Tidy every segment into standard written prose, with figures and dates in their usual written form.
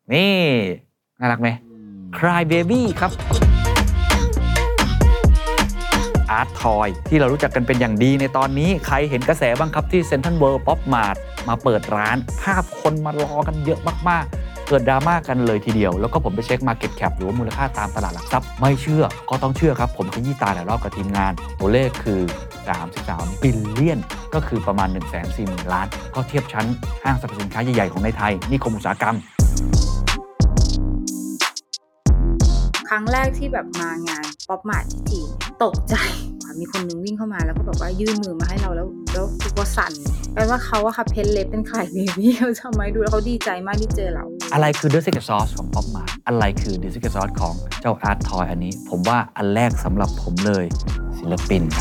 นี่น่ารักไหม Cry Baby ครับอาร์ตทอยที่เรารู้จักกันเป็นอย่างดีในตอนนี้ใครเห็นกระแสบ้างครับที่เซ็นทรัลเวิลด์ป๊อปมาร์ทมาเปิดร้านภาพคนมารอกันเยอะมากๆเกิดดราม่ากันเลยทีเดียวแล้วก็ผมไปเช็ค Market Cap หรือว่ามูลค่าตามตลาดหลักทรัพย์ไม่เชื่อก็ต้องเชื่อครับผมขยี้ตาหลายรอบกับทีมงานตัวเลขคือ33บิลเลียนก็คือประมาณ 140,000 ล้านก็เทียบชั้นห้างสรรพสินค้าใหญ่ๆของในไทยนิคมอุตสาหกรรมครั้งแรกที่แบบมางานป๊อปมาร์ทที่จีนตกใจมีคนนึงวิ่งเข้ามาแล้วก็แบบว่ายื่นมือมาให้เราแล้วตัวสั่นแปลว่าเขาอะค่ะเพ้นเล็บเป็นไข่เบบี้เขาทำไมดูแล้วเขาดีใจมากที่เจอเราอะไรคือ The Secret Sauce ของป๊อปมาร์ทอะไรคือ The Secret Sauce ของเจ้าอาร์ตทอยอันนี้ผมว่าอันแรกสำหรับผมเลยศิลปินครับ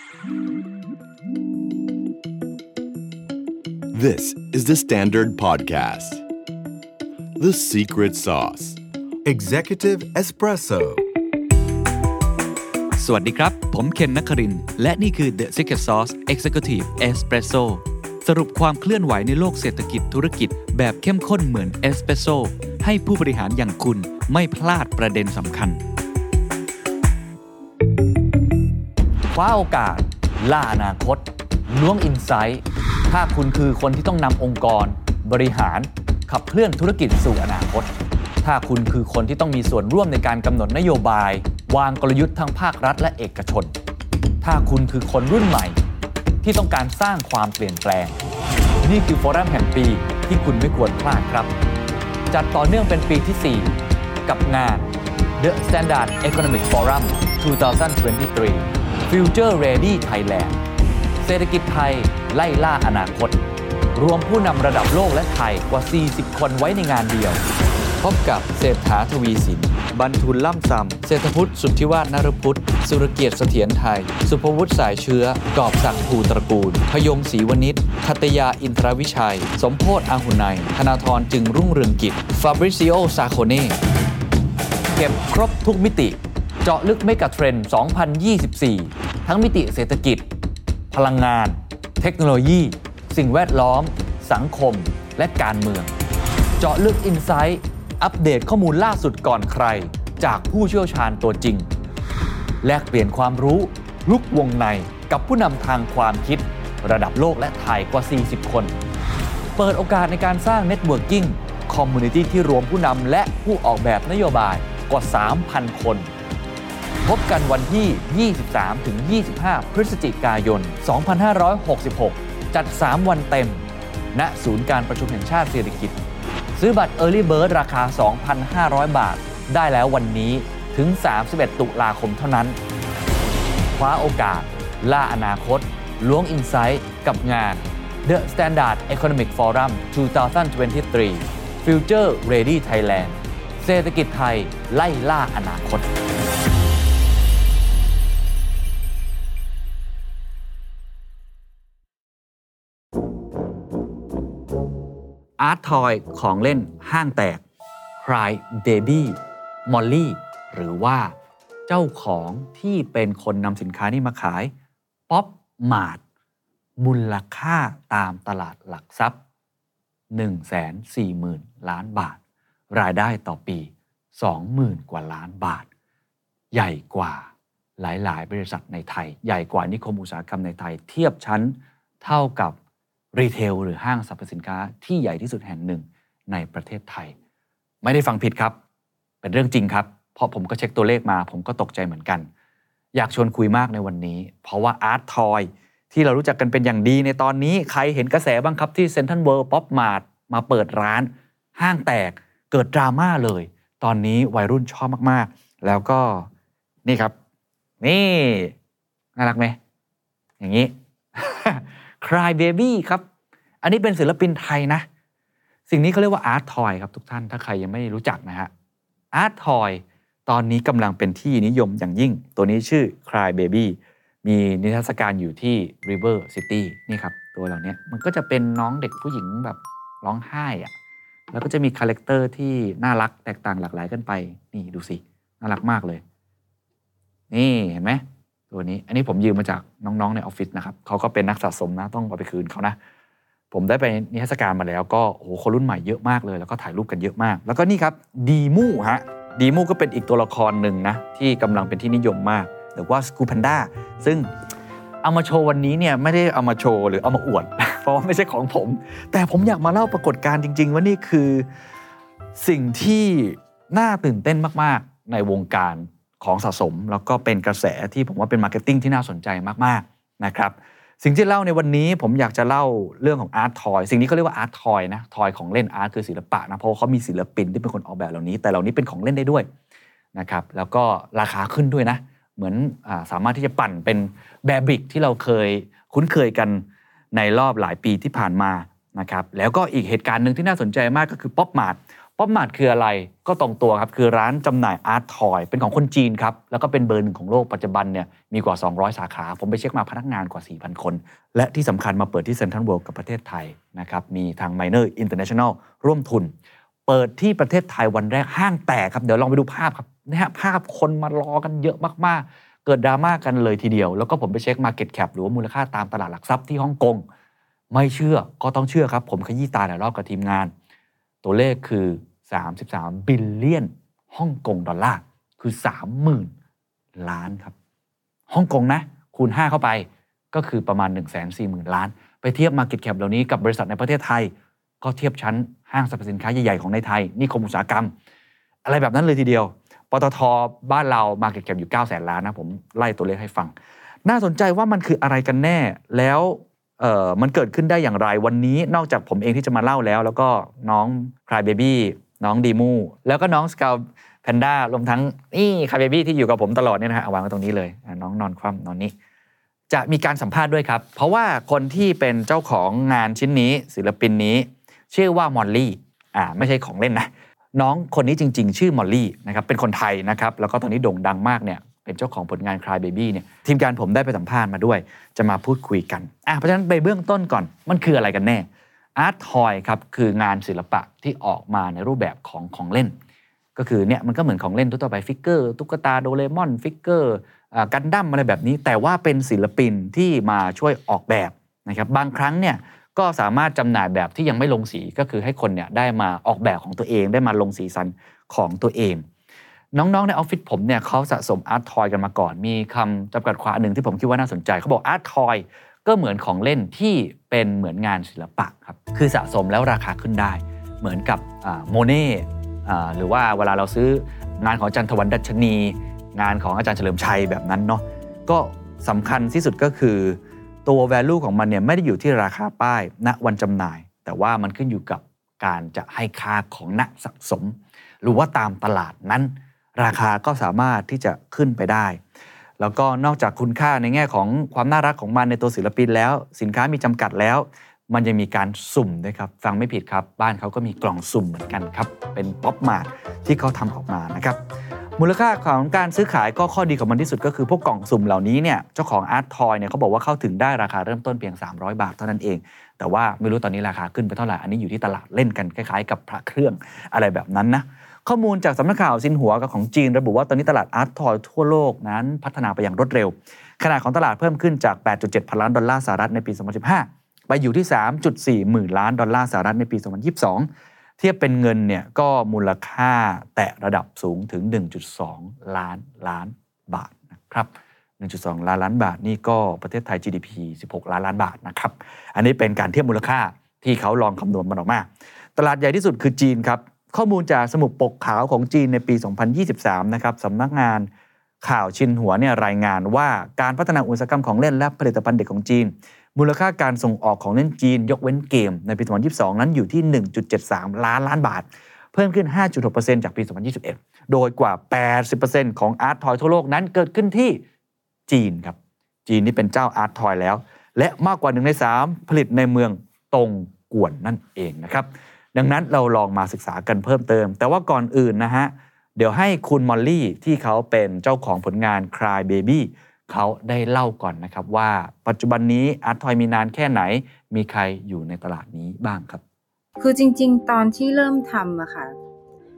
This is the Standard Podcast The Secret Sauce Executive Espresso สวัสดีครับผมเคนนครินทร์และนี่คือ The Secret Sauce Executive Espresso สรุปความเคลื่อนไหวในโลกเศรษฐกิจธุรกิจแบบเข้มข้นเหมือนเอสเปรสโซ่ให้ผู้บริหารอย่างคุณไม่พลาดประเด็นสำคัญคว้าโอกาสล่าอนาคตล้วงอินไซต์ถ้าคุณคือคนที่ต้องนำองค์กรบริหารขับเคลื่อนธุรกิจสู่อนาคตถ้าคุณคือคนที่ต้องมีส่วนร่วมในการกำหนดนโยบายวางกลยุทธ์ทั้งภาครัฐและเอกชนถ้าคุณคือคนรุ่นใหม่ที่ต้องการสร้างความเปลี่ยนแปลงนี่คือฟอรัมแห่งปีที่คุณไม่ควรพลาดครับจัดต่อเนื่องเป็นปีที่ 4 กับงาน The Standard Economic Forum 2023 Future Ready Thailand เศรษฐกิจไทยไล่ล่าอนาคตรวมผู้นำระดับโลกและไทยกว่า 40 คนไว้ในงานเดียวพบกับเศรษฐาทวีสินบรรทุลล่ำซำเศรษฐพุทธสุทธิวาฒนฤพุทธสุรเกียรติเสถียรไทยสุภวุฒิสายเชื้อกอบศักดิ์ภูตระกูลพยงศรีวณิชคัตยาอินทรวิชัยสมโพธิ์อาหุไนธนาธรจึงรุ่งเรืองกิจฟาบริซิโอซาโคเน่เก็บครบทุกมิติเจาะลึกเมกะเทรนด์ 2024 ทั้งมิติเศรษฐกิจพลังงานเทคโนโลยีสิ่งแวดล้อมสังคมและการเมืองเจาะลึกอินไซต์อัปเดตข้อมูลล่าสุดก่อนใครจากผู้เชี่ยวชาญตัวจริงแลกเปลี่ยนความรู้ลุกวงในกับผู้นำทางความคิดระดับโลกและไทยกว่า 40 คนเปิดโอกาสในการสร้างเน็ตเวิร์กิ่งคอมมูนิตี้ที่รวมผู้นำและผู้ออกแบบนโยบายกว่า 3,000 คนพบกันวันที่ 23-25 พฤศจิกายน 2566 จัด 3 วันเต็มณศูนย์การประชุมแห่งชาติเศรษฐกิจซื้อบัตร Early Bird ราคา 2,500 บาทได้แล้ววันนี้ถึง 31 ตุลาคมเท่านั้นคว้าโอกาสล่าอนาคตล้วงอินไซต์กับงาน The Standard Economic Forum 2023 Future Ready Thailand เศรษฐกิจไทยไล่ล่าอนาคตอาร์ตทอยของเล่นห้างแตก Cry Baby Molly หรือว่าเจ้าของที่เป็นคนนำสินค้านี้มาขาย Pop Mart มูลค่าตามตลาดหลักทรัพย์ 140,000 ล้านบาทรายได้ต่อปี 20,000 กว่าล้านบาทใหญ่กว่าหลายๆบริษัทในไทยใหญ่กว่านิคมอุตสาหกรรมในไทยเทียบชั้นเท่ากับรีเทลหรือห้างสรรพสินค้าที่ใหญ่ที่สุดแห่งหนึ่งในประเทศไทยไม่ได้ฟังผิดครับเป็นเรื่องจริงครับเพราะผมก็เช็คตัวเลขมาผมก็ตกใจเหมือนกันอยากชวนคุยมากในวันนี้เพราะว่าอาร์ตทอยที่เรารู้จักกันเป็นอย่างดีในตอนนี้ใครเห็นกระแสบ้างครับที่เซ็นทรัลเวิลด์ป๊อปมาร์ทมาเปิดร้านห้างแตกเกิดดราม่าเลยตอนนี้วัยรุ่นชอบมากๆแล้วก็นี่ครับนี่น่ารักไหมอย่างนี้ Cry Baby ครับอันนี้เป็นศิลปินไทยนะสิ่งนี้เขาเรียกว่าอาร์ตทอยครับทุกท่านถ้าใครยังไม่รู้จักนะฮะอาร์ตทอยตอนนี้กำลังเป็นที่นิยมอย่างยิ่งตัวนี้ชื่อ Cry Baby มีนิทรรศการอยู่ที่ River City นี่ครับตัวเหล่านี้มันก็จะเป็นน้องเด็กผู้หญิงแบบร้องไห้อะแล้วก็จะมีคาแรคเตอร์ที่น่ารักแตกต่างหลากหลายกันไปนี่ดูสิน่ารักมากเลยนี่เห็นไหมตัวนี้อันนี้ผมยืมมาจากน้องๆในออฟฟิศนะครับเขาก็เป็นนักสะสมนะต้องเอาไปคืนเขานะผมได้ไปนิทรรศการมาแล้วก็โอ้โหคนรุ่นใหม่เยอะมากเลยแล้วก็ถ่ายรูปกันเยอะมากแล้วก็นี่ครับดีมูฮะดีมูก็เป็นอีกตัวละครหนึ่งนะที่กำลังเป็นที่นิยมมากหรือว่าสกูแพนด้าซึ่งเอามาโชว์วันนี้เนี่ยไม่ได้เอามาโชว์หรือเอามาอวด เพราะว่าไม่ใช่ของผมแต่ผมอยากมาเล่าปรากฏการณ์จริงๆว่านี่คือสิ่งที่น่าตื่นเต้นมากๆในวงการของสะสมแล้วก็เป็นกระแสที่ผมว่าเป็นมาร์เก็ตติ้งที่น่าสนใจมากๆนะครับสิ่งที่เล่าในวันนี้ผมอยากจะเล่าเรื่องของอาร์ตทอยสิ่งนี้เขาเรียกว่าอาร์ตทอยนะทอยของเล่นอาร์ตคือศิลปะนะเพราะเขามีศิลปินที่เป็นคนออกแบบเหล่านี้แต่เหล่านี้เป็นของเล่นได้ด้วยนะครับแล้วก็ราคาขึ้นด้วยนะเหมือนสามารถที่จะปั่นเป็นแบบริกที่เราเคยคุ้นเคยกันในรอบหลายปีที่ผ่านมานะครับแล้วก็อีกเหตุการณ์นึงที่น่าสนใจมากก็คือป๊อปมาร์ทคืออะไรก็ตรงตัวครับคือร้านจำหน่ายอาร์ตทอยเป็นของคนจีนครับแล้วก็เป็นเบอร์หนึ่งของโลกปัจจุบันเนี่ยมีกว่า200สาขาผมไปเช็คมาพนักงานกว่า 4,000 คนและที่สำคัญมาเปิดที่เซ็นทรัลเวิลด์กับประเทศไทยนะครับมีทาง Minor International ร่วมทุนเปิดที่ประเทศไทยวันแรกห้างแตกครับเดี๋ยวลองไปดูภาพครับนะฮะภาพคนมารอกันเยอะมากๆเกิดดราม่ากันเลยทีเดียวแล้วก็ผมไปเช็ค Market Cap หรือว่ามูลค่าตามตลาดหลักทรัพย์ที่ฮ่องกงไม่เชื่อก็ต้องเชื่อครับผมขยี้ตาหลายรอบกับทีมงานตัวเลขคือ33บิลเลียนฮ่องกงดอลลาร์คือ 30,000 ล้านครับฮ่องกงนะคูณ5เข้าไปก็คือประมาณ 140,000 ล้านไปเทียบ Market Cap เหล่านี้กับบริษัทในประเทศไทยก็เทียบชั้นห้างสรรพสินค้าใหญ่ๆของในไทยนิคมอุตสาหกรรมอะไรแบบนั้นเลยทีเดียวปตท.บ้านเรา Market Cap อยู่ 900,000 ล้านนะผมไล่ตัวเลขให้ฟังน่าสนใจว่ามันคืออะไรกันแน่แล้วมันเกิดขึ้นได้อย่างไรวันนี้นอกจากผมเองที่จะมาเล่าแล้วก็น้อง Cry Baby น้องดีมูแล้วก็น้องสกาวแพนด้ารวมทั้งนี่คาเบบี้ที่อยู่กับผมตลอดเนี่ยนะฮะเอาวางไว้ตรงนี้เลยน้องนอนคว่ำนอนนี้จะมีการสัมภาษณ์ด้วยครับเพราะว่าคนที่เป็นเจ้าของงานชิ้นนี้ศิลปินนี้ชื่อว่ามอลลี่ไม่ใช่ของเล่นนะน้องคนนี้จริงๆชื่อมอลลี่นะครับเป็นคนไทยนะครับแล้วก็ตอนนี้โด่งดังมากเนี่ยเป็นเจ้าของผลงาน Cry Baby เนี่ยทีมการผมได้ไปสัมภาษณ์มาด้วยจะมาพูดคุยกันเพราะฉะนั้นไปเบื้องต้นก่อนมันคืออะไรกันแน่อาร์ตทอยครับคืองานศิลปะที่ออกมาในรูปแบบของเล่นก็คือเนี่ยมันก็เหมือนของเล่นทั่วไปฟิกเกอร์ตุ๊กตาโดเรมอนฟิกเกอร์กันดั้มอะไรแบบนี้แต่ว่าเป็นศิลปินที่มาช่วยออกแบบนะครับบางครั้งเนี่ยก็สามารถจำหน่ายแบบที่ยังไม่ลงสีก็คือให้คนเนี่ยได้มาออกแบบของตัวเองได้มาลงสีสันของตัวเองน้องๆในออฟฟิศผมเนี่ยเขาสะสมอาร์ตทอยกันมาก่อนมีคำจำกัดความหนึ่งที่ผมคิดว่าน่าสนใจเขาบอกอาร์ตทอยก็เหมือนของเล่นที่เป็นเหมือนงานศิลปะครับคือสะสมแล้วราคาขึ้นได้เหมือนกับโมเน่หรือว่าเวลาเราซื้องานของอาจารย์ถวันดัชนีงานของอาจารย์เฉลิมชัยแบบนั้นเนาะก็สำคัญที่สุดก็คือตัว value ของมันเนี่ยไม่ได้อยู่ที่ราคาป้ายณวันจำหน่ายแต่ว่ามันขึ้นอยู่กับการจะให้ค่าของนักสะสมหรือว่าตามตลาดนั้นราคาก็สามารถที่จะขึ้นไปได้แล้วก็นอกจากคุณค่าในแง่ของความน่ารักของมันในตัวศิลปินแล้วสินค้ามีจำกัดแล้วมันยังมีการสุ่มด้วยครับฟังไม่ผิดครับบ้านเขาก็มีกล่องสุ่มเหมือนกันครับเป็นป๊อปมาร์ทที่เขาทำออกมานะครับมูลค่าของการซื้อขายก็ข้อดีของมันที่สุดก็คือพวกกล่องสุ่มเหล่านี้เนี่ยเจ้าของอาร์ตทอยเนี่ยเขาบอกว่าเข้าถึงได้ราคาเริ่มต้นเพียง300 บาทเท่านั้นเองแต่ว่าไม่รู้ตอนนี้ราคาขึ้นไปเท่าไหร่อันนี้อยู่ที่ตลาดเล่นกันคล้ายๆกับพระเครื่องอะไรแบบนั้นนะข้อมูลจากสำนักข่าวซินหัวกับของจีนระบุว่าตอนนี้ตลาดอาร์ตทอยทั่วโลกนั้นพัฒนาไปอย่างรวดเร็วขนาดของตลาดเพิ่มขึ้นจาก 8.7 พันล้านดอลลาร์สหรัฐในปี 2015 ไปอยู่ที่ 3.4 หมื่นล้านดอลลาร์สหรัฐในปี 2022 เทียบเป็นเงินเนี่ยก็มูลค่าแตะระดับสูงถึง 1.2 ล้านบาทนะครับ 1.2 ล้านบาทนี่ก็ประเทศไทย GDP 16 ล้านบาทนะครับอันนี้เป็นการเทียบมูลค่าที่เขาลองคำนวณมันออกมาตลาดใหญ่ที่สุดคือจีนครับข้อมูลจากสมุดปกขาวของจีนในปี 2023 นะครับสำนักงานข่าวชินหัวเนี่ยรายงานว่าการพัฒนาอุตสาหกรรมของเล่นและผลิตภัณฑ์เด็กของจีนมูลค่าการส่งออกของเล่นจีนยกเว้นเกมในปี 2022 นั้นอยู่ที่ 1.73 ล้านบาทเพิ่มขึ้น 5.6% จากปี 2021 โดยกว่า 80% ของอาร์ตทอยทั่วโลกนั้นเกิดขึ้นที่จีนครับจีนนี่เป็นเจ้าอาร์ตทอยแล้วและมากกว่า1ใน3ผลิตในเมืองตงกวนนั่นเองนะครับดังนั้นเราลองมาศึกษากันเพิ่มเติมแต่ว่าก่อนอื่นนะฮะเดี๋ยวให้คุณมอลลี่ที่เขาเป็นเจ้าของผลงาน Cry Baby เขาได้เล่าก่อนนะครับว่าปัจจุบันนี้อาร์ตทอยมีนานแค่ไหนมีใครอยู่ในตลาดนี้บ้างครับคือจริงๆตอนที่เริ่มทำอะค่ะ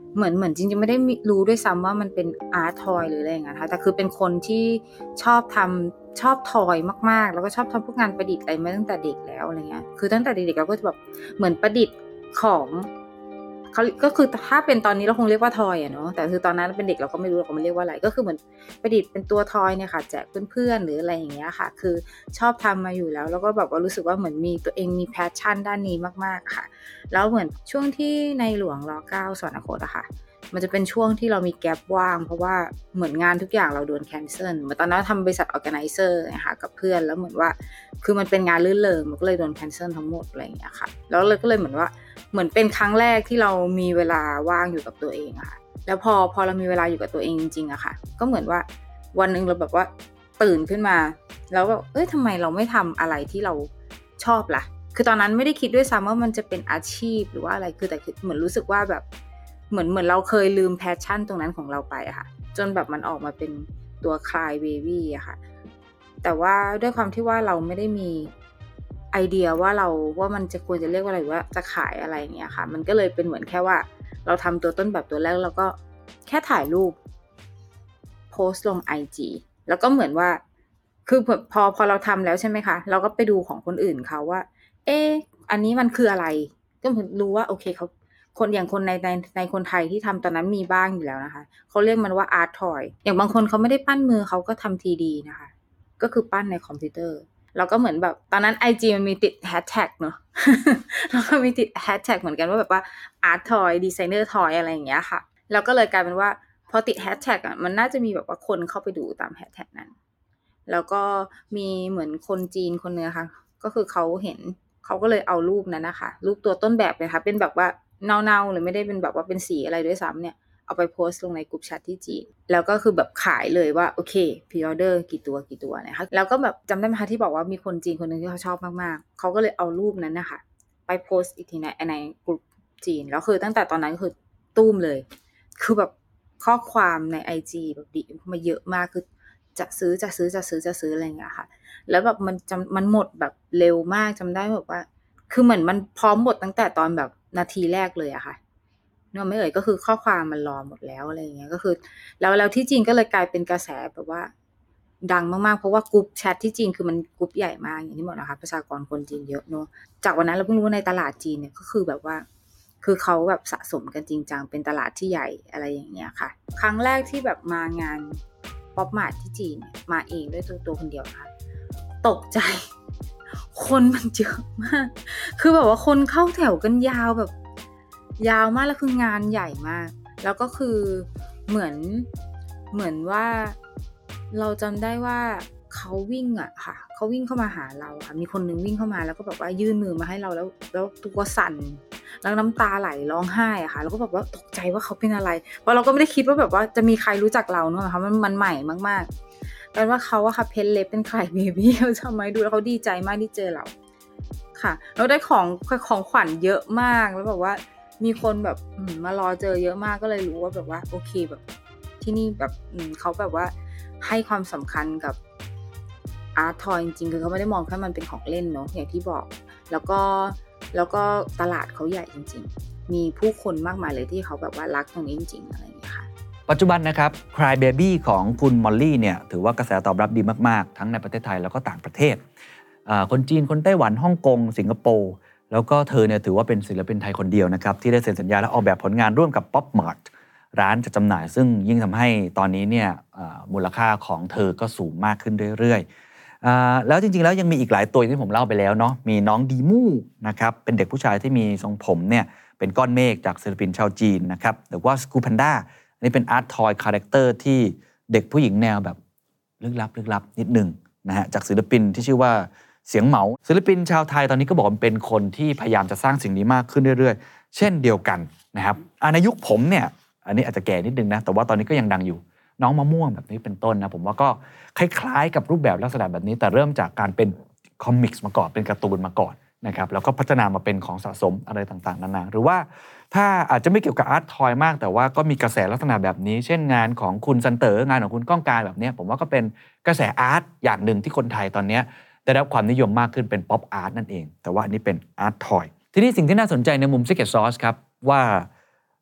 เหมือนจริงๆไม่ได้รู้ด้วยซ้ำว่ามันเป็นอาร์ตทอยหรืออะไรอย่างเงี้ยค่ะแต่คือเป็นคนที่ชอบทอยมากๆแล้วก็ชอบทำพวกงานประดิษฐ์อะไรมาตั้งแต่เด็กแล้วอะไรเงี้ยคือตั้งแต่เด็กๆเราก็จะแบบเหมือนประดิษฐ์ของเขาก็คือถ้าเป็นตอนนี้เราคงเรียกว่าทอยอะเนาะแต่คือตอนนั้นเป็นเด็กเราก็ไม่รู้เราก็ไม่เรียกว่าอะไรก็คือเหมือนประดิษฐ์เป็นตัวทอยเนี่ยค่ะแจกเพื่อนๆหรืออะไรอย่างเงี้ยค่ะคือชอบทำมาอยู่แล้วก็แบบว่ารู้สึกว่าเหมือนมีตัวเองมีแพชชั่นด้านนี้มากๆค่ะแล้วเหมือนช่วงที่ในหลวงร.9 สวรรคตอะค่ะมันจะเป็นช่วงที่เรามีแกปว่างเพราะว่าเหมือนงานทุกอย่างเราโดนแคนเซิลเหมือนตอนนั้นทำบริษัทออร์แกไนเซอร์นะคะกับเพื่อนแล้วเหมือนว่าคือมันเป็นงานลื่นเริงมันก็เลยโดนแคนเซิลทั้งหมดอะไรอย่างเงี้ยค่ะแล้วเลยก็เลยเหมือนว่าเหมือนเป็นครั้งแรกที่เรามีเวลาว่างอยู่กับตัวเองอะค่ะแล้วพอเรามีเวลาอยู่กับตัวเองจริงๆอะค่ะก็เหมือนว่าวันนึงเราแบบว่าตื่นขึ้นมาแล้วแบบทำไมเราไม่ทำอะไรที่เราชอบล่ะคือตอนนั้นไม่ได้คิดด้วยซ้ำว่ามันจะเป็นอาชีพหรือว่าอะไรคือแต่เหมือนรู้สึกว่าแบบเหมือนเราเคยลืมแพชชั่นตรงนั้นของเราไปอะค่ะจนแบบมันออกมาเป็นตัว Cry Baby อะค่ะแต่ว่าด้วยความที่ว่าเราไม่ได้มีไอเดียว่ามันจะควรจะเรียกว่าอะไรว่าจะขายอะไรอย่างเงี้ยค่ะมันก็เลยเป็นเหมือนแค่ว่าเราทำตัวต้นแบบตัวแรกแล้วก็แค่ถ่ายรูปโพสต์ลง IG แล้วก็เหมือนว่าคือพอเราทำแล้วใช่ไหมคะเราก็ไปดูของคนอื่นเขาว่าอันนี้มันคืออะไรก็รู้ว่าโอเคเขาคนอย่างคนในคนไทยที่ทำตอนนั้นมีบ้างอยู่แล้วนะคะเขาเรียกมันว่าอาร์ตทอยอย่างบางคนเขาไม่ได้ปั้นมือเขาก็ทำ 3D นะคะก็คือปั้นในคอมพิวเตอร์เราก็เหมือนแบบตอนนั้น IG มันมีติดแฮชแท็กเนาะ แล้วก็มีติดแฮชแท็กเหมือนกันว่าแบบว่าอาร์ตทอยดีไซเนอร์ทอยอะไรอย่างเงี้ยค่ะแล้วก็เลยกลายเป็นว่าพอติดแฮชแท็กอ่ะมันน่าจะมีแบบว่าคนเข้าไปดูตามแฮชแท็กนั้นแล้วก็มีเหมือนคนจีนคนนึงค่ะก็คือเขาเห็นเขาก็เลยเอารูปนั้นนะคะรูปตัวต้นแบบเลยค่ะเป็นแบบว่าเน่าๆหรือไม่ได้เป็นแบบว่าเป็นสีอะไรด้วยซ้ำเนี่ยเอาไปโพสต์ลงในกลุ่มแชทที่จีนแล้วก็คือแบบขายเลยว่าโอเคพรีออเดอร์กี่ตัวนะคะแล้วก็แบบจำได้ไหมคะที่บอกว่ามีคนจีนคนนึงที่เขาชอบมากๆเขาก็เลยเอารูปนั้นนะคะไปโพสต์อีกทีในกลุ่มจีนแล้วคือตั้งแต่ตอนนั้นคือตุ้มเลยคือแบบข้อความใน IG แบบดีมาเยอะมากคือจะซื้ออะไรอย่างเงี้ยค่ะแล้วแบบมันหมดแบบเร็วมากจำได้แบบว่าคือเหมือนมันพร้อมหมดตั้งแต่ตอนแบบนาทีแรกเลยอะค่ะนึกออกไหมเอ่ยก็คือข้อความมันรอหมดแล้วอะไรอย่างเงี้ยก็คือแล้วที่จีนก็เลยกลายเป็นกระแสแบบว่าดังมากๆเพราะว่ากลุ่มแชทที่จีนคือมันกลุ่มใหญ่มากอย่างที่บอกนะคะประชากรคนจีนเยอะเนาะจากวันนั้นเราเพิ่งรู้ว่าในตลาดจีนเนี่ยก็คือแบบว่าคือเขาแบบสะสมกันจริงจังเป็นตลาดที่ใหญ่อะไรอย่างเงี้ยค่ะครั้งแรกที่แบบมางานป๊อปมาร์ทที่จีนมาเองด้วยตัวคนเดียวนะคะตกใจคนมันเยอะมากคือแบบว่าคนเข้าแถวกันยาวแบบยาวมากแล้วคืองานใหญ่มากแล้วก็คือเหมือนว่าเราจำได้ว่าเขาวิ่งอะค่ะเขาวิ่งเข้ามาหาเราค่ะมีคนนึงวิ่งเข้ามาแล้วก็แบบว่ายื่นมือมาให้เราแล้วตัวสั่นแล้วน้ำตาไหลร้องไห้อะค่ะแล้วก็แบบว่าตกใจว่าเขาเป็นอะไรเพราะเราก็ไม่ได้คิดว่าแบบว่าจะมีใครรู้จักเราเนาะค่ะมันใหม่มากๆแปลว่าเขาอะค่ะเพ้นเล็บเป็นไข่เบบี้เขาทำไมดูแล้วเขาดีใจมากที่เจอเราค่ะแล้วได้ของขวัญเยอะมากแล้วแบบว่ามีคนแบบมารอเจอเยอะมากก็เลยรู้ว่าแบบว่าโอเคแบบที่นี่แบบเขาแบบว่าให้ความสำคัญกับอาร์ตทอยจริงๆคือเขาไม่ได้มองแค่มันเป็นของเล่นเนาะอย่างที่บอกแล้วก็ตลาดเขาใหญ่จริงๆมีผู้คนมากมายเลยที่เขาแบบว่ารักตรงนี้จริงๆอะไรอย่างเงี้ยค่ะปัจจุบันนะครับ Cry Baby ของคุณมอลลี่เนี่ยถือว่ากระแสตอบรับดีมากๆทั้งในประเทศไทยแล้วก็ต่างประเทศคนจีนคนไต้หวันฮ่องกงสิงคโปร์แล้วก็เธอเนี่ยถือว่าเป็นศิลปินไทยคนเดียวนะครับที่ได้เซ็นสัญญาและออกแบบผลงานร่วมกับ Pop Mart ร้านจัดจำหน่ายซึ่งยิ่งทำให้ตอนนี้เนี่ยมูลค่าของเธอก็สูงมากขึ้นเรื่อยๆแล้วจริงๆแล้วยังมีอีกหลายตัวที่ผมเล่าไปแล้วเนาะมีน้องดีมู่นะครับเป็นเด็กผู้ชายที่มีทรงผมเนี่ยเป็นก้อนเมฆจากศิลปินชาวจีนนะครับหรือว่าสกูแพนด้าอันนี้เป็นอาร์ตทอยคาแรคเตอร์ที่เด็กผู้หญิงแนวแบบลึกลับนิดนึงนะฮะจากศิลปินที่ชื่อว่าเสียงเหมาศิลปินชาวไทยตอนนี้ก็บอกว่าเป็นคนที่พยายามจะสร้างสิ่งนี้มากขึ้นเรื่อยๆเช่นเดียวกันนะครับในยุคผมเนี่ยอันนี้อาจจะแก่นิดนึงนะแต่ว่าตอนนี้ก็ยังดังอยู่น้องมะม่วงแบบนี้เป็นต้นนะผมว่าก็คล้ายๆกับรูปแบบลักษณะแบบนี้แต่เริ่มจากการเป็นคอมิกส์มาก่อนเป็นการ์ตูนมาก่อนนะครับแล้วก็พัฒนามาเป็นของสะสมอะไรต่างๆนานาหรือว่าถ้าอาจจะไม่เกี่ยวกับอาร์ตทอยมากแต่ว่าก็มีกระแสลักษณะแบบนี้เช่นงานของคุณซันเต๋องานของคุณก้องการแบบนี้ผมว่าก็เป็นกระแสอาร์ตอย่างหนึ่งที่คนไทยตอนนี้ได้รับความนิยมมากขึ้นเป็นป๊อปอาร์ตนั่นเองแต่ว่าอันนี้เป็นอาร์ตทอยทีนี้สิ่งที่น่าสนใจในมุม Secret Sauce ครับว่า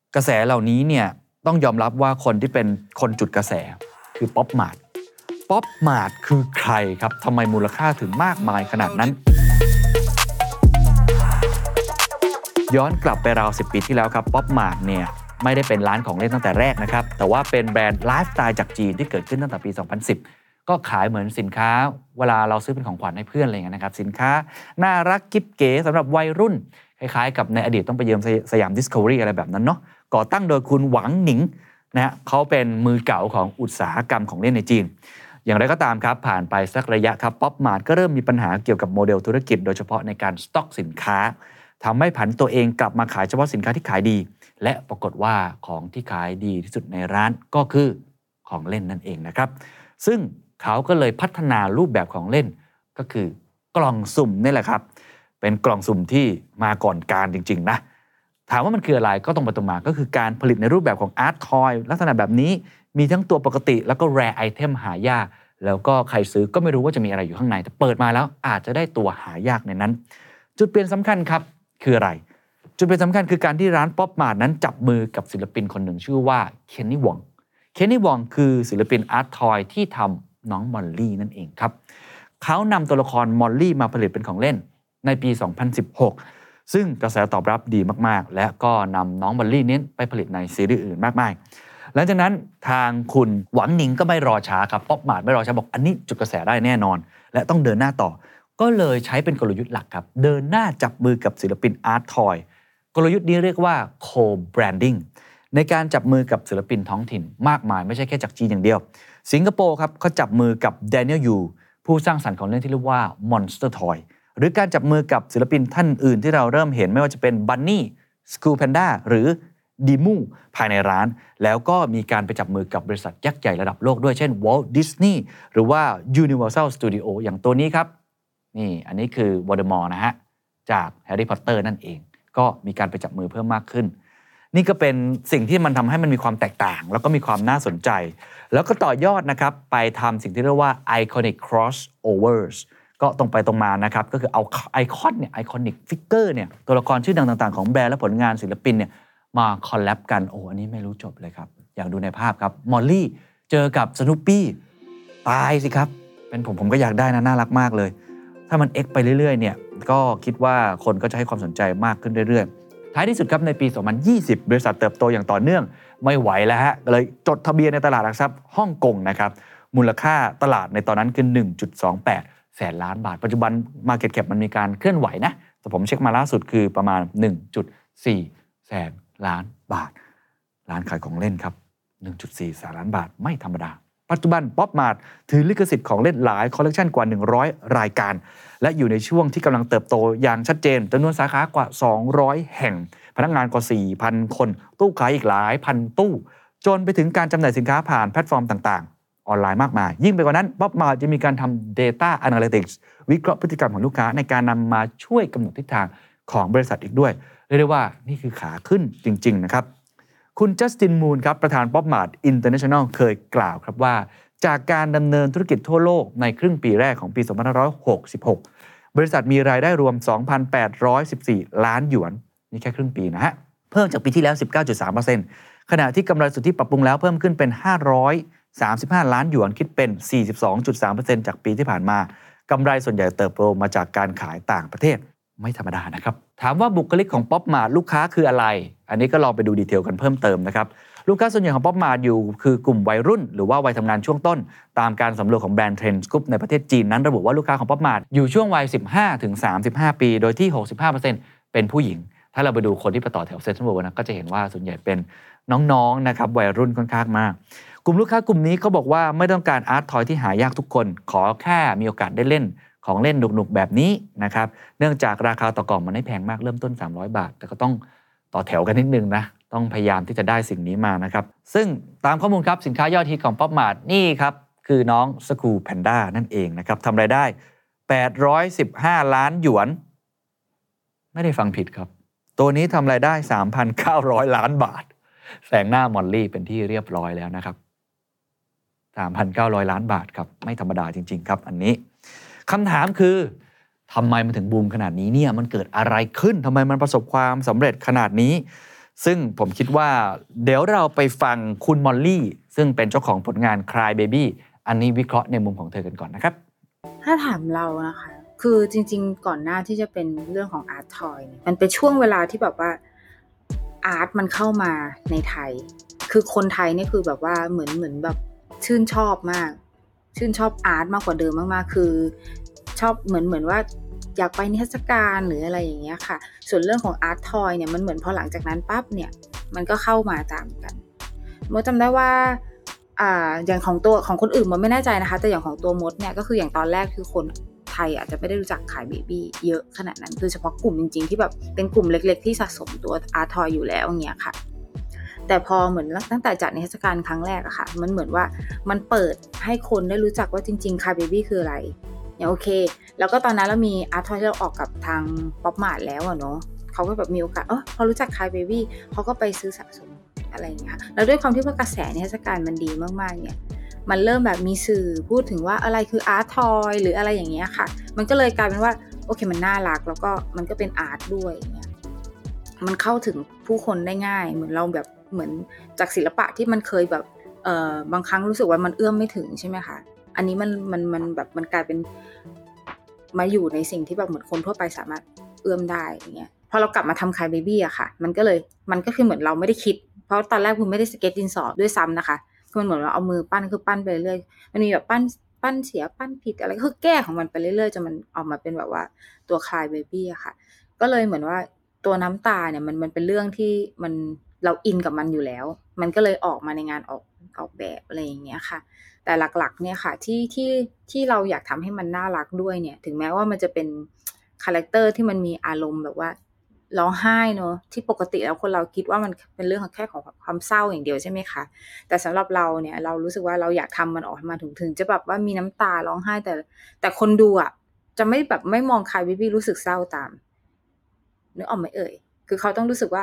กระแสเหล่านี้เนี่ยต้องยอมรับว่าคนที่เป็นคนจุดกระแสคือป๊อปมาร์ทป๊อปมาร์ทคือใครครับทำไมมูลค่าถึงมากมายขนาดนั้นย้อนกลับไปราว10 ปีที่แล้วครับป๊อปมาร์ทเนี่ยไม่ได้เป็นร้านของเล่นตั้งแต่แรกนะครับแต่ว่าเป็นแบรนด์ไลฟ์สไตล์จากจีนที่เกิดขึ้นตั้งแต่ปี 2010 ก็ขายเหมือนสินค้าเวลาเราซื้อเป็นของขวัญให้เพื่อนอะไรอย่างเงี้ยนะครับสินค้าน่ารักกิ๊บเก๋สำหรับวัยรุ่นคล้ายๆกับในอดีตต้องไปเยืมสยามดิสคัฟเวอรี่อะไรแบบนั้นเนาะก่อตั้งโดยคุณหวังหนิงนะฮะเขาเป็นมือเก่าของอุตสาหกรรมของเล่นในจีนอย่างไรก็ตามครับผ่านไปสักระยะครับป๊อปมาร์ทก็เริ่มมีปัญหาเกี่ยวกับโมเดลธุรกิจโดยเฉพาะในการสต็อกสินค้าทำให้ผันตัวเองกลับมาขายเฉพาะสินค้าที่ขายดีและปรากฏว่าของที่ขายดีที่สุดในร้านก็คือของเล่นนั่นเองนะครับซึ่งเขาก็เลยพัฒนารูปแบบของเล่นก็คือกล่องสุ่มนี่แหละครับเป็นกล่องสุ่มที่มาก่อนการจริงๆนะถามว่ามันคืออะไรก็ตรงไปตรงมาก็คือการผลิตในรูปแบบของอาร์ตทอยลักษณะแบบนี้มีทั้งตัวปกติแล้วก็แรร์ไอเทมหายากแล้วก็ใครซื้อก็ไม่รู้ว่าจะมีอะไรอยู่ข้างในแต่เปิดมาแล้วอาจจะได้ตัวหายากในนั้นจุดเปลี่ยนสำคัญครับคืออะไรจุดเปลี่ยนสำคัญคือการที่ร้านป๊อปมาร์ทนั้นจับมือกับศิลปินคนหนึ่งชื่อว่าเคนนี่วองคือศิลปินอาร์ตทอยที่ทำน้องมอลลี่นั่นเองครับเขานำตัวละครมอลลี่มาผลิตเป็นของเล่นในปี 2016 ซึ่งกระแสตอบรับดีมากๆและก็นำน้องมอลลี่นี้ไปผลิตในซีรีส์อื่นมากมายหลังจากนั้นทางคุณหวังหนิงก็ไม่รอช้าครับป๊อปมาร์ทไม่รอช้าบอกอันนี้จุดกระแสได้แน่นอนและต้องเดินหน้าต่อก็เลยใช้เป็นกลยุทธ์หลักครับเดินหน้าจับมือกับศิลปินอาร์ตทอยกลยุทธ์นี้เรียกว่า co-branding ในการจับมือกับศิลปินท้องถิ่นมากมายไม่ใช่แค่จากจีนอย่างเดียวสิงคโปร์ครับเขาจับมือกับ Daniel Yu ผู้สร้างสรรค์ของเล่นที่เรียกว่า Monster Toy หรือการจับมือกับศิลปินท่านอื่นที่เราเริ่มเห็นไม่ว่าจะเป็น Bunny School Panda หรือดิมูภายในร้านแล้วก็มีการไปจับมือกับบริษัทยักษ์ใหญ่ระดับโลกด้วยเช่น Walt Disney หรือว่า Universal Studio อย่างตัวนี้ครับนี่อันนี้คือ Voldemort นะฮะจาก Harry Potter นั่นเองก็มีการไปจับมือเพิ่มมากขึ้นนี่ก็เป็นสิ่งที่มันทำให้มันมีความแตกต่างแล้วก็มีความน่าสนใจแล้วก็ต่อยอดนะครับไปทำสิ่งที่เรียกว่า Iconic Crossovers ก็ตรงไปตรงมานะครับก็คือเอาไอคอนเนี่ย Iconic Figure เนี่ยตัวละครชื่อดังต่างๆของแบรนด์และผลงานศิลปินเนี่ยมาคอลแลบกันโอ้อันนี้ไม่รู้จบเลยครับอย่างดูในภาพครับมอลลี่เจอกับสนูปปี้ตายสิครับเป็นผมก็อยากได้นะน่ารักมากเลยถ้ามัน X ไปเรื่อยๆเนี่ยก็คิดว่าคนก็จะให้ความสนใจมากขึ้นเรื่อยๆท้ายที่สุดครับในปี 2020 บริษัทเติบโตอย่างต่อเนื่องไม่ไหวแล้วฮะเลยจดทะเบียนในตลาดหลักทรัพย์ฮ่องกงนะครับมูลค่าตลาดในตอนนั้นคือ 1.28 แสนล้านบาทปัจจุบัน Market Cap มันมีการเคลื่อนไหวนะแต่ผมเช็คมาล่าสุดคือประมาณ 1.4 แสนล้านบาทร้านขายของเล่นครับ 1.4 แสนล้านบาทไม่ธรรมดาปัจจุบันป๊อปมาร์ทถือลิขสิทธิ์ของเล่นหลายคอลเลกชันกว่า100รายการและอยู่ในช่วงที่กำลังเติบโตอย่างชัดเจนจำนวนสาขากว่า200แห่งพนักงานกว่า 4,000 คนตู้ขายอีกหลายพันตู้จนไปถึงการจำหน่ายสินค้าผ่านแพลตฟอร์มต่างๆออนไลน์มากมายยิ่งไปกว่านั้นป๊อปมาร์ทจะมีการทำ Data Analytics วิเคราะห์พฤติกรรมของลูกค้าในการนำมาช่วยกำหนดทิศทางของบริษัทอีกด้วยเรียกได้ว่านี่คือขาขึ้นจริงๆนะครับคุณจัสตินมูนครับประธานป๊อปมาร์ทอินเตอร์เนชั่นแนลเคยกล่าวครับว่าจากการดำเนินธุรกิจทั่วโลกในครึ่งปีแรกของปี 2566 บริษัทมีรายได้รวม 2,814 ล้านหยวนนี่แค่ครึ่งปีนะฮะเพิ่มจากปีที่แล้ว 19.3% ขณะที่กำไรสุทธิปรับปรุงแล้วเพิ่มขึ้นเป็น 535 ล้านหยวนคิดเป็น 42.3% จากปีที่ผ่านมากำไรส่วนใหญ่เติบโตมาจากการขายต่างประเทศไม่ธรรมดานะครับถามว่าบุคลิกของป๊อปมาร์ทลูกค้าคืออะไรอันนี้ก็ลองไปดูดีเทลกันเพิ่มเติมนะครับลูกค้าส่วนใหญ่ของป๊อปมาร์ทอยู่คือกลุ่มวัยรุ่นหรือว่าวัยทำงานช่วงต้นตามการสำรวจของแบรนด์เทรนด์สกู๊ปในประเทศจีนนั้นระบุว่าลูกค้าของป๊อปมาร์ทอยู่ช่วงวัย 15-35 ปีโดยที่ 65% เป็นผู้หญิงถ้าเราไปดูคนที่ไปต่อแถวเซ็นทรัลเวิลด์นะก็จะเห็นว่าส่วนใหญ่เป็นน้องๆนะครับวัยรุ่นค่อนข้างมากกลุ่มลูกค้ากลุ่มนี้เขาบอกว่าไม่ต้องการอาร์ตทอยที่หายากทุกคนขอแค่มีโอกาสได้เล่นของเล่นหนุกๆแบบนี้นะครับเนื่องจากราคาต่อกล่องมันไม่แพงมากเริ่มต้น300 บาทแต่ก็ต้องต่อแถวกันนิดนึงนะต้องพยายามที่จะได้สิ่งนี้มานะครับซึ่งตามข้อมูลครับสินค้ายอดฮิตของป๊อปมาร์ทนี่ครับคือน้องสกูแพนด้านั่นเองนะครับทำรายได้815ล้านหยวนไม่ได้ฟังผิดครับตัวนี้ทำรายได้ 3,900 ล้านบาทแซงหน้ามอลลี่เป็นที่เรียบร้อยแล้วนะครับ 3,900 ล้านบาทครับไม่ธรรมดาจริงๆครับอันนี้คำถามคือทำไมมันถึงบูมขนาดนี้เนี่ยมันเกิดอะไรขึ้นทำไมมันประสบความสำเร็จขนาดนี้ซึ่งผมคิดว่าเดี๋ยวเราไปฟังคุณมอลลี่ซึ่งเป็นเจ้าของผลงาน Cry Baby อันนี้วิเคราะห์ในมุมของเธอกันก่อนนะครับถ้าถามเรานะคะคือจริงๆก่อนหน้าที่จะเป็นเรื่องของอาร์ตทอยเนี่ยมันเป็นช่วงเวลาที่แบบว่าอาร์ตมันเข้ามาในไทยคือคนไทยนี่คือแบบว่าเหมือนแบบชื่นชอบมากชื่นชอบอาร์ตมากกว่าเดิมมากๆคือชอบเหมือนว่าอยากไปนิทรรศการหรืออะไรอย่างเงี้ยค่ะส่วนเรื่องของอาร์ตทอยเนี่ยมันเหมือนพอหลังจากนั้นปั๊บเนี่ยมันก็เข้ามาตามกันมดจำได้ว่าอย่างของตัวของคนอื่นมดไม่แน่ใจนะคะแต่อย่างของตัวมดเนี่ยก็คืออย่างตอนแรกคือคนไทยอาจจะไม่ได้รู้จักขายเบบี้เยอะขนาดนั้นคือเฉพาะกลุ่มจริงๆที่แบบเป็นกลุ่มเล็กๆที่สะสมตัวอาร์ตทอยอยู่แล้วอย่างเงี้ยค่ะแต่พอเหมือนตั้งแต่จัดนิทรรศการครั้งแรกอะค่ะมันเหมือนว่ามันเปิดให้คนได้รู้จักว่าจริงๆขายเบบี้คืออะไรอย่างโอเคแล้วก็ตอนนั้นเรามีอาร์ตทอยที่เราออกกับทางป๊อปมาร์ทแล้วอะเนาะเขาก็แบบมีโอกาสพอรู้จักขายเบบี้เขาก็ไปซื้อสะสมอะไรอย่างเงี้ยแล้วด้วยความที่ว่ากระแสนิทรรศการมันดีมากๆเนี่ยมันเริ่มแบบมีสื่อพูดถึงว่าอะไรคืออาร์ตทอยหรืออะไรอย่างเงี้ยค่ะมันก็เลยกลายเป็นว่าโอเคมันน่ารักแล้วก็มันก็เป็นอาร์ตด้วยอย่างเงี้ยมันเข้าถึงผู้คนได้ง่ายเหมือนเราแบบเหมือนจากศิลปะที่มันเคยแบบบางครั้งรู้สึกว่ามันเอื้อมไม่ถึงใช่ไหมคะอันนี้มันแบบมันกลายเป็นมาอยู่ในสิ่งที่แบบเหมือนคนทั่วไปสามารถเอื้อมได้อย่างเงี้ยพอเรากลับมาทำคายเบบี้อะค่ะมันก็คือเหมือนเราไม่ได้คิดเพราะตอนแรกคุณไม่ได้สเก็ตดินสอด้วยซ้ำนะคะคือมันเหมือนเราเอามือปั้นคือปั้นไปเรื่อยมันมีแบบปั้นเสียปั้นผิดอะไรก็คือแก้ของมันไปเรื่อยๆจนมันออกมาเป็นแบบว่าตัวคายเบบี้อะค่ะก็เลยเหมือนว่าตัวน้ำตาเนี่ยมันเป็นเรื่องที่มันเราอินกับมันอยู่แล้วมันก็เลยออกมาในงานออกแบบอะไรอย่างเงี้ยค่ะแต่หลักๆเนี่ยค่ะที่เราอยากทำให้มันน่ารักด้วยเนี่ยถึงแม้ว่ามันจะเป็นคาแรคเตอร์ที่มันมีอารมณ์แบบว่าร้องไห้เนอะที่ปกติแล้วคนเราคิดว่ามันเป็นเรื่องของแค่ของความเศร้าอย่างเดียวใช่ไหมคะแต่สำหรับเราเนี่ยเรารู้สึกว่าเราอยากทำมันออกมาถึงจะแบบว่ามีน้ำตาร้องไห้แต่คนดูอ่ะจะไม่แบบไม่มองใครพี่รู้สึกเศร้าตามนึกออกไหมเอ่ยคือเขาต้องรู้สึกว่า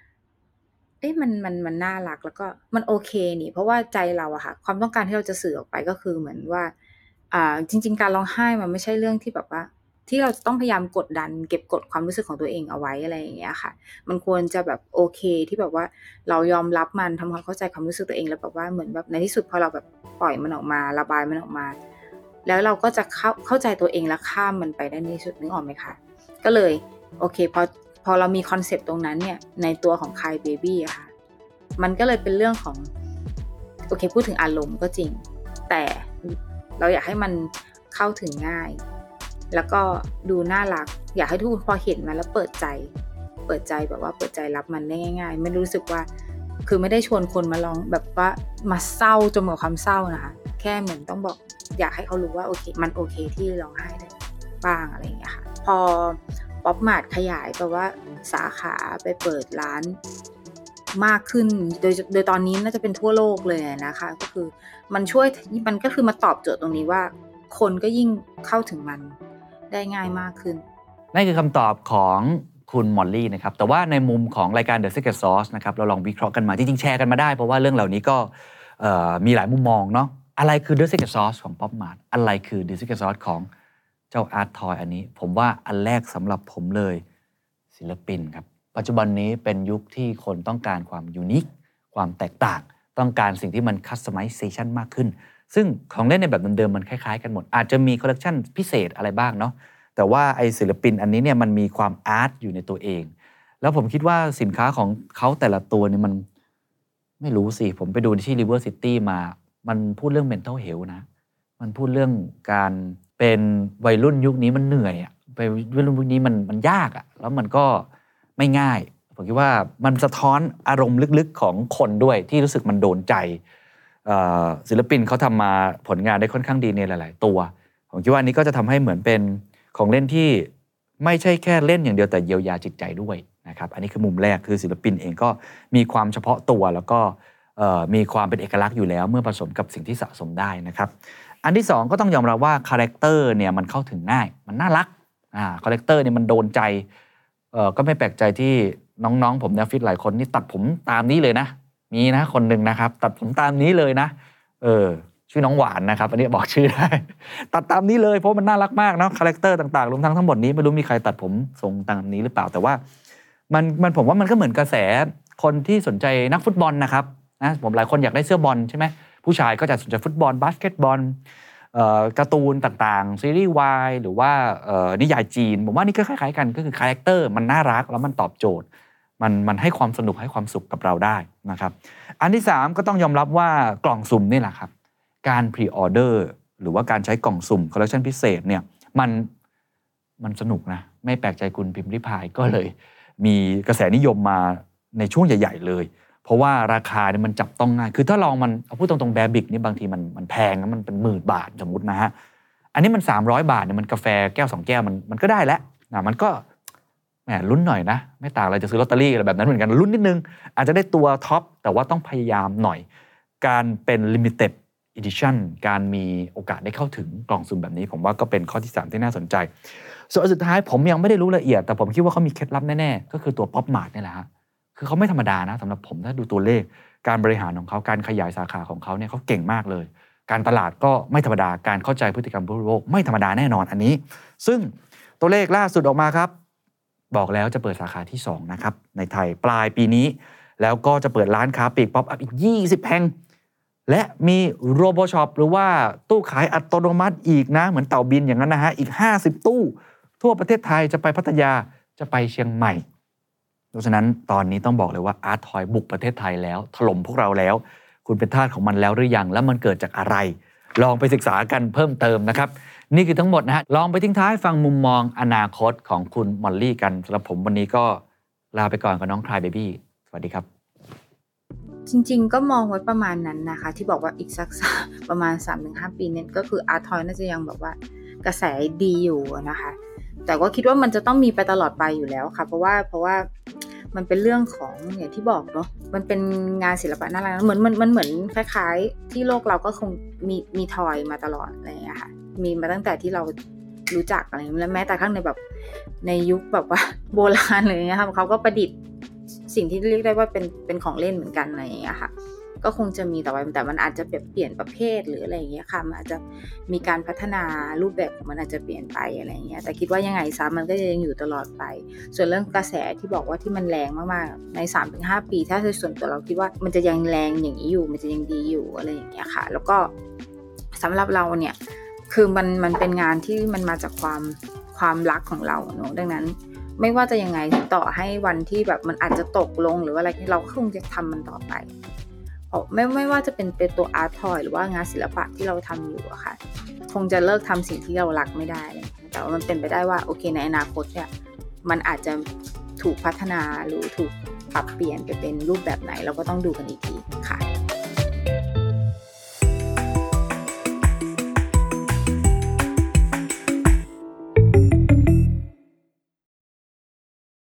มันน่ารักแล้วก็มันโอเคนี่เพราะว่าใจเราอะค่ะความต้องการที่เราจะสื่อออกไปก็คือเหมือนว่าจริงๆการร้องไห้มันไม่ใช่เรื่องที่แบบว่าที่เราจะต้องพยายามกดดันเก็บกดความรู้สึกของตัวเองเอาไว้อะไรอย่างเงี้ยค่ะมันควรจะแบบโอเคที่แบบว่าเรายอมรับมันทำความเข้าใจความรู้สึกตัวเองแล้วแบบว่าเหมือนแบบในที่สุดพอเราแบบปล่อยมันออกมาระบายมันออกมาแล้วเราก็จะเข้าใจตัวเองและข้ามมันไปได้ในที่สุดนึกออกไหมคะก็เลยโอเคพอเรามีคอนเซปต์ตรงนั้นเนี่ยในตัวของ Cry Baby อะค่ะมันก็เลยเป็นเรื่องของโอเคพูดถึงอารมณ์ก็จริงแต่เราอยากให้มันเข้าถึงง่ายแล้วก็ดูน่ารักอยากให้ทุกคนพอเห็นมันแล้วเปิดใจแบบว่าเปิดใจรับมันได้ง่ายๆไม่รู้สึกว่าคือไม่ได้ชวนคนมาร้องแบบว่ามาเศร้าจนหมดความเศร้านะคะแค่เหมือนต้องบอกอยากให้เขารู้ว่าโอเคมันโอเคที่ร้องไห้ได้บ้างอะไรอย่างเงี้ยค่ะพอป๊อปมาร์ทขยายแปลว่าสาขาไปเปิดร้านมากขึ้นโดยตอนนี้น่าจะเป็นทั่วโลกเลยนะคะก็คือมันช่วยมันก็คือมาตอบโจทย์ตรงนี้ว่าคนก็ยิ่งเข้าถึงมันได้ง่ายมากขึ้นนั่นคือคำตอบของคุณมอลลี่นะครับแต่ว่าในมุมของรายการ The Secret Sauce นะครับเราลองวิเคราะห์กันมาจริงๆแชร์กันมาได้เพราะว่าเรื่องเหล่านี้ก็มีหลายมุมมองเนาะอะไรคือ The Secret Sauce ของ Pop Mart อะไรคือ The Secret Sauce ของเจ้า Art Toy อันนี้ผมว่าอันแรกสำหรับผมเลยศิลปินครับปัจจุบันนี้เป็นยุคที่คนต้องการความยูนิคความแตกต่างต้องการสิ่งที่มัน customization มากขึ้นซึ่งของเล่นในแบบเดิมๆมันคล้ายๆกันหมดอาจจะมีคอลเลคชันพิเศษอะไรบ้างเนาะแต่ว่าไอ้ศิลปินอันนี้เนี่ยมันมีความอาร์ตอยู่ในตัวเองแล้วผมคิดว่าสินค้าของเขาแต่ละตัวเนี่ยมันไม่รู้สิผมไปดูที่ River City มามันพูดเรื่อง mental health นะมันพูดเรื่องการเป็นวัยรุ่นยุคนี้มันเหนื่อยอะไปวัยรุ่นยุคนี้มันยากอะแล้วมันก็ไม่ง่ายผมคิดว่ามันสะท้อนอารมณ์ลึกๆของคนด้วยที่รู้สึกมันโดนใจศิลปินเขาทำมาผลงานได้ค่อนข้างดีในหลายๆตัวผมคิดว่านี้ก็จะทำให้เหมือนเป็นของเล่นที่ไม่ใช่แค่เล่นอย่างเดียวแต่เยียวยาจิตใจด้วยนะครับอันนี้คือมุมแรกคือศิลปินเองก็มีความเฉพาะตัวแล้วก็มีความเป็นเอกลักษณ์อยู่แล้วเมื่อผสมกับสิ่งที่สะสมได้นะครับอันที่2ก็ต้องยอมรับว่าคาแรคเตอร์เนี่ยมันเข้าถึงง่ายมันน่ารักคาแรคเตอร์เนี่ยมันโดนใจก็ไม่แปลกใจที่น้องๆผมในออฟฟิศหลายคนนี่ตัดผมตามนี้เลยนะมีนะคนหนึ่งนะครับตัดผมตามนี้เลยนะชื่อน้องหวานนะครับอันนี้บอกชื่อได้ตัดตามนี้เลยเพราะมันน่ารักมากเนาะคาแรคเตอร์ต่างๆรวมทั้งหมดนี้ไม่รู้มีใครตัดผมทรงตามนี้หรือเปล่าแต่ว่ามันผมว่ามันก็เหมือนกระแสคนที่สนใจนักฟุตบอลนะครับนะผมหลายคนอยากได้เสื้อบอลใช่ไหมผู้ชายก็จะสนใจฟุตบอลบาสเกตบอลการ์ตูนต่างๆซีรีส์วายหรือว่านิยายจีนผมว่านี่ก็คล้ายๆกันก็คือคาแรคเตอร์มันน่ารักแล้วมันตอบโจทย์มันให้ความสนุกให้ความสุขกับเราได้นะครับอันที่3ก็ต้องยอมรับว่ากล่องสุ่มนี่แหละครับการพรีออเดอร์หรือว่าการใช้กล่องสุ่มคอลเลคชันพิเศษเนี่ยมันสนุกนะไม่แปลกใจคุณพิมพ์ริพายก็เลยมีกระแสนิยมมาในช่วงใหญ่ๆเลยเพราะว่าราคาเนี่ยมันจับต้องง่ายคือถ้าลองมันเอาพูดตรงๆแบบิกนี่บางทีมันแพงนะมันเป็น10,000 บาทสมมุตินะฮะอันนี้มัน300 บาทเนี่ยมันกาแฟแก้ว2 แก้วมันก็ได้แล้วนะมันก็แหมลุ้นหน่อยนะไม่ต่างอะไรจะซื้อลอตเตอรี่อะไรแบบนั้นเหมือนกันลุ้นนิดนึงอาจจะได้ตัวท็อปแต่ว่าต้องพยายามหน่อยการเป็น limited edition การมีโอกาสได้เข้าถึงกล่องสุ่มแบบนี้ผมว่าก็เป็นข้อที่3ที่น่าสนใจส่วนสุดท้ายผมยังไม่ได้รู้ละเอียดแต่ผมคิดว่าเขามีเคล็ดลับแน่ๆก็คือตัวป๊อปมาร์ทนี่แหละฮะคือเขาไม่ธรรมดานะสำหรับผมถ้าดูตัวเลขการบริหารของเขาการขยายสาขาของเขาเนี่ยเขาเก่งมากเลยการตลาดก็ไม่ธรรมดาการเข้าใจพฤติกรรมผู้บริโภคไม่ธรรมดาแน่นอนอันนี้ซึ่งตัวเลขล่าสุดออกมาครับบอกแล้วจะเปิดสาขาที่2นะครับในไทยปลายปีนี้แล้วก็จะเปิดร้านค้าปลีกป๊อปอัพอีก20 แห่งและมีโรโบช็อปหรือว่าตู้ขายอัตโนมัติอีกนะเหมือนเต่าบินอย่างนั้นนะฮะอีก50 ตู้ทั่วประเทศไทยจะไปพัทยาจะไปเชียงใหม่เพราะฉะนั้นตอนนี้ต้องบอกเลยว่าอาร์ตทอยบุกประเทศไทยแล้วถล่มพวกเราแล้วคุณเป็นทาสของมันแล้วหรือยังแล้วมันเกิดจากอะไรลองไปศึกษากันเพิ่มเติมนะครับนี่คือทั้งหมดนะฮะลองไปทิ้งท้ายฟังมุมมองอนาคตของคุณมอลลี่กันสำหรับผมวันนี้ก็ลาไปก่อนกับน้องคลายเบบี้สวัสดีครับจริงๆก็มองไว้ประมาณนั้นนะคะที่บอกว่าอีกสักประมาณ 3-5 ปีเนี่ยก็คืออาร์ตทอยน่าจะยังแบบว่ากระแสดีอยู่นะคะแต่ก็คิดว่ามันจะต้องมีไปตลอดไปอยู่แล้วค่ะเพราะว่ามันเป็นเรื่องของอย่างที่บอกเนาะมันเป็นงานศิลปะน่ารักเหมือนมันเหมือนคล้ายๆที่โลกเราก็คงมีทอยมาตลอดอะไรอย่างเงี้ยค่ะมีมาตั้งแต่ที่เรารู้จักอะไรแล้วแม้แต่ข้างในแบบในยุคแบบว่าโบราณเลยนะคะเขาก็ประดิษฐ์สิ่งที่เรียกได้ว่าเป็นของเล่นเหมือนกันอะไรอย่างเงี้ยค่ะก็คงจะมีต่อไปแต่มันอาจจะเปลี่ยนประเภทหรืออะไรอย่างเงี้ยค่ะมันอาจจะมีการพัฒนารูปแบบมันอาจจะเปลี่ยนไปอะไรอย่างเงี้ยแต่คิดว่ายังไงซะมันก็ยังอยู่ตลอดไปส่วนเรื่องกระแสที่บอกว่าที่มันแรงมากๆใน 3-5 ปีถ้าส่วนตัวเราคิดว่ามันจะยังแรงอย่างนี้อยู่มันจะยังดีอยู่อะไรอย่างเงี้ยค่ะแล้วก็สำหรับเราเนี่ยคือมันเป็นงานที่มันมาจากความรักของเราเนอะดังนั้นไม่ว่าจะยังไงต่อให้วันที่แบบมันอาจจะตกลงหรือว่าอะไรเราก็คงจะทำมันต่อไปไม่ว่าจะเป็นตัวอาร์ตทอยหรือว่างานศิลปะที่เราทำอยู่อะค่ะคงจะเลิกทำสิ่งที่เรารักไม่ได้เลยแต่ว่ามันเป็นไปได้ว่าโอเคในอนาคตเนี่ยมันอาจจะถูกพัฒนาหรือถูกปรับเปลี่ยนไปเป็นรูปแบบไหนเราก็ต้องดูกันอีกทีค่ะ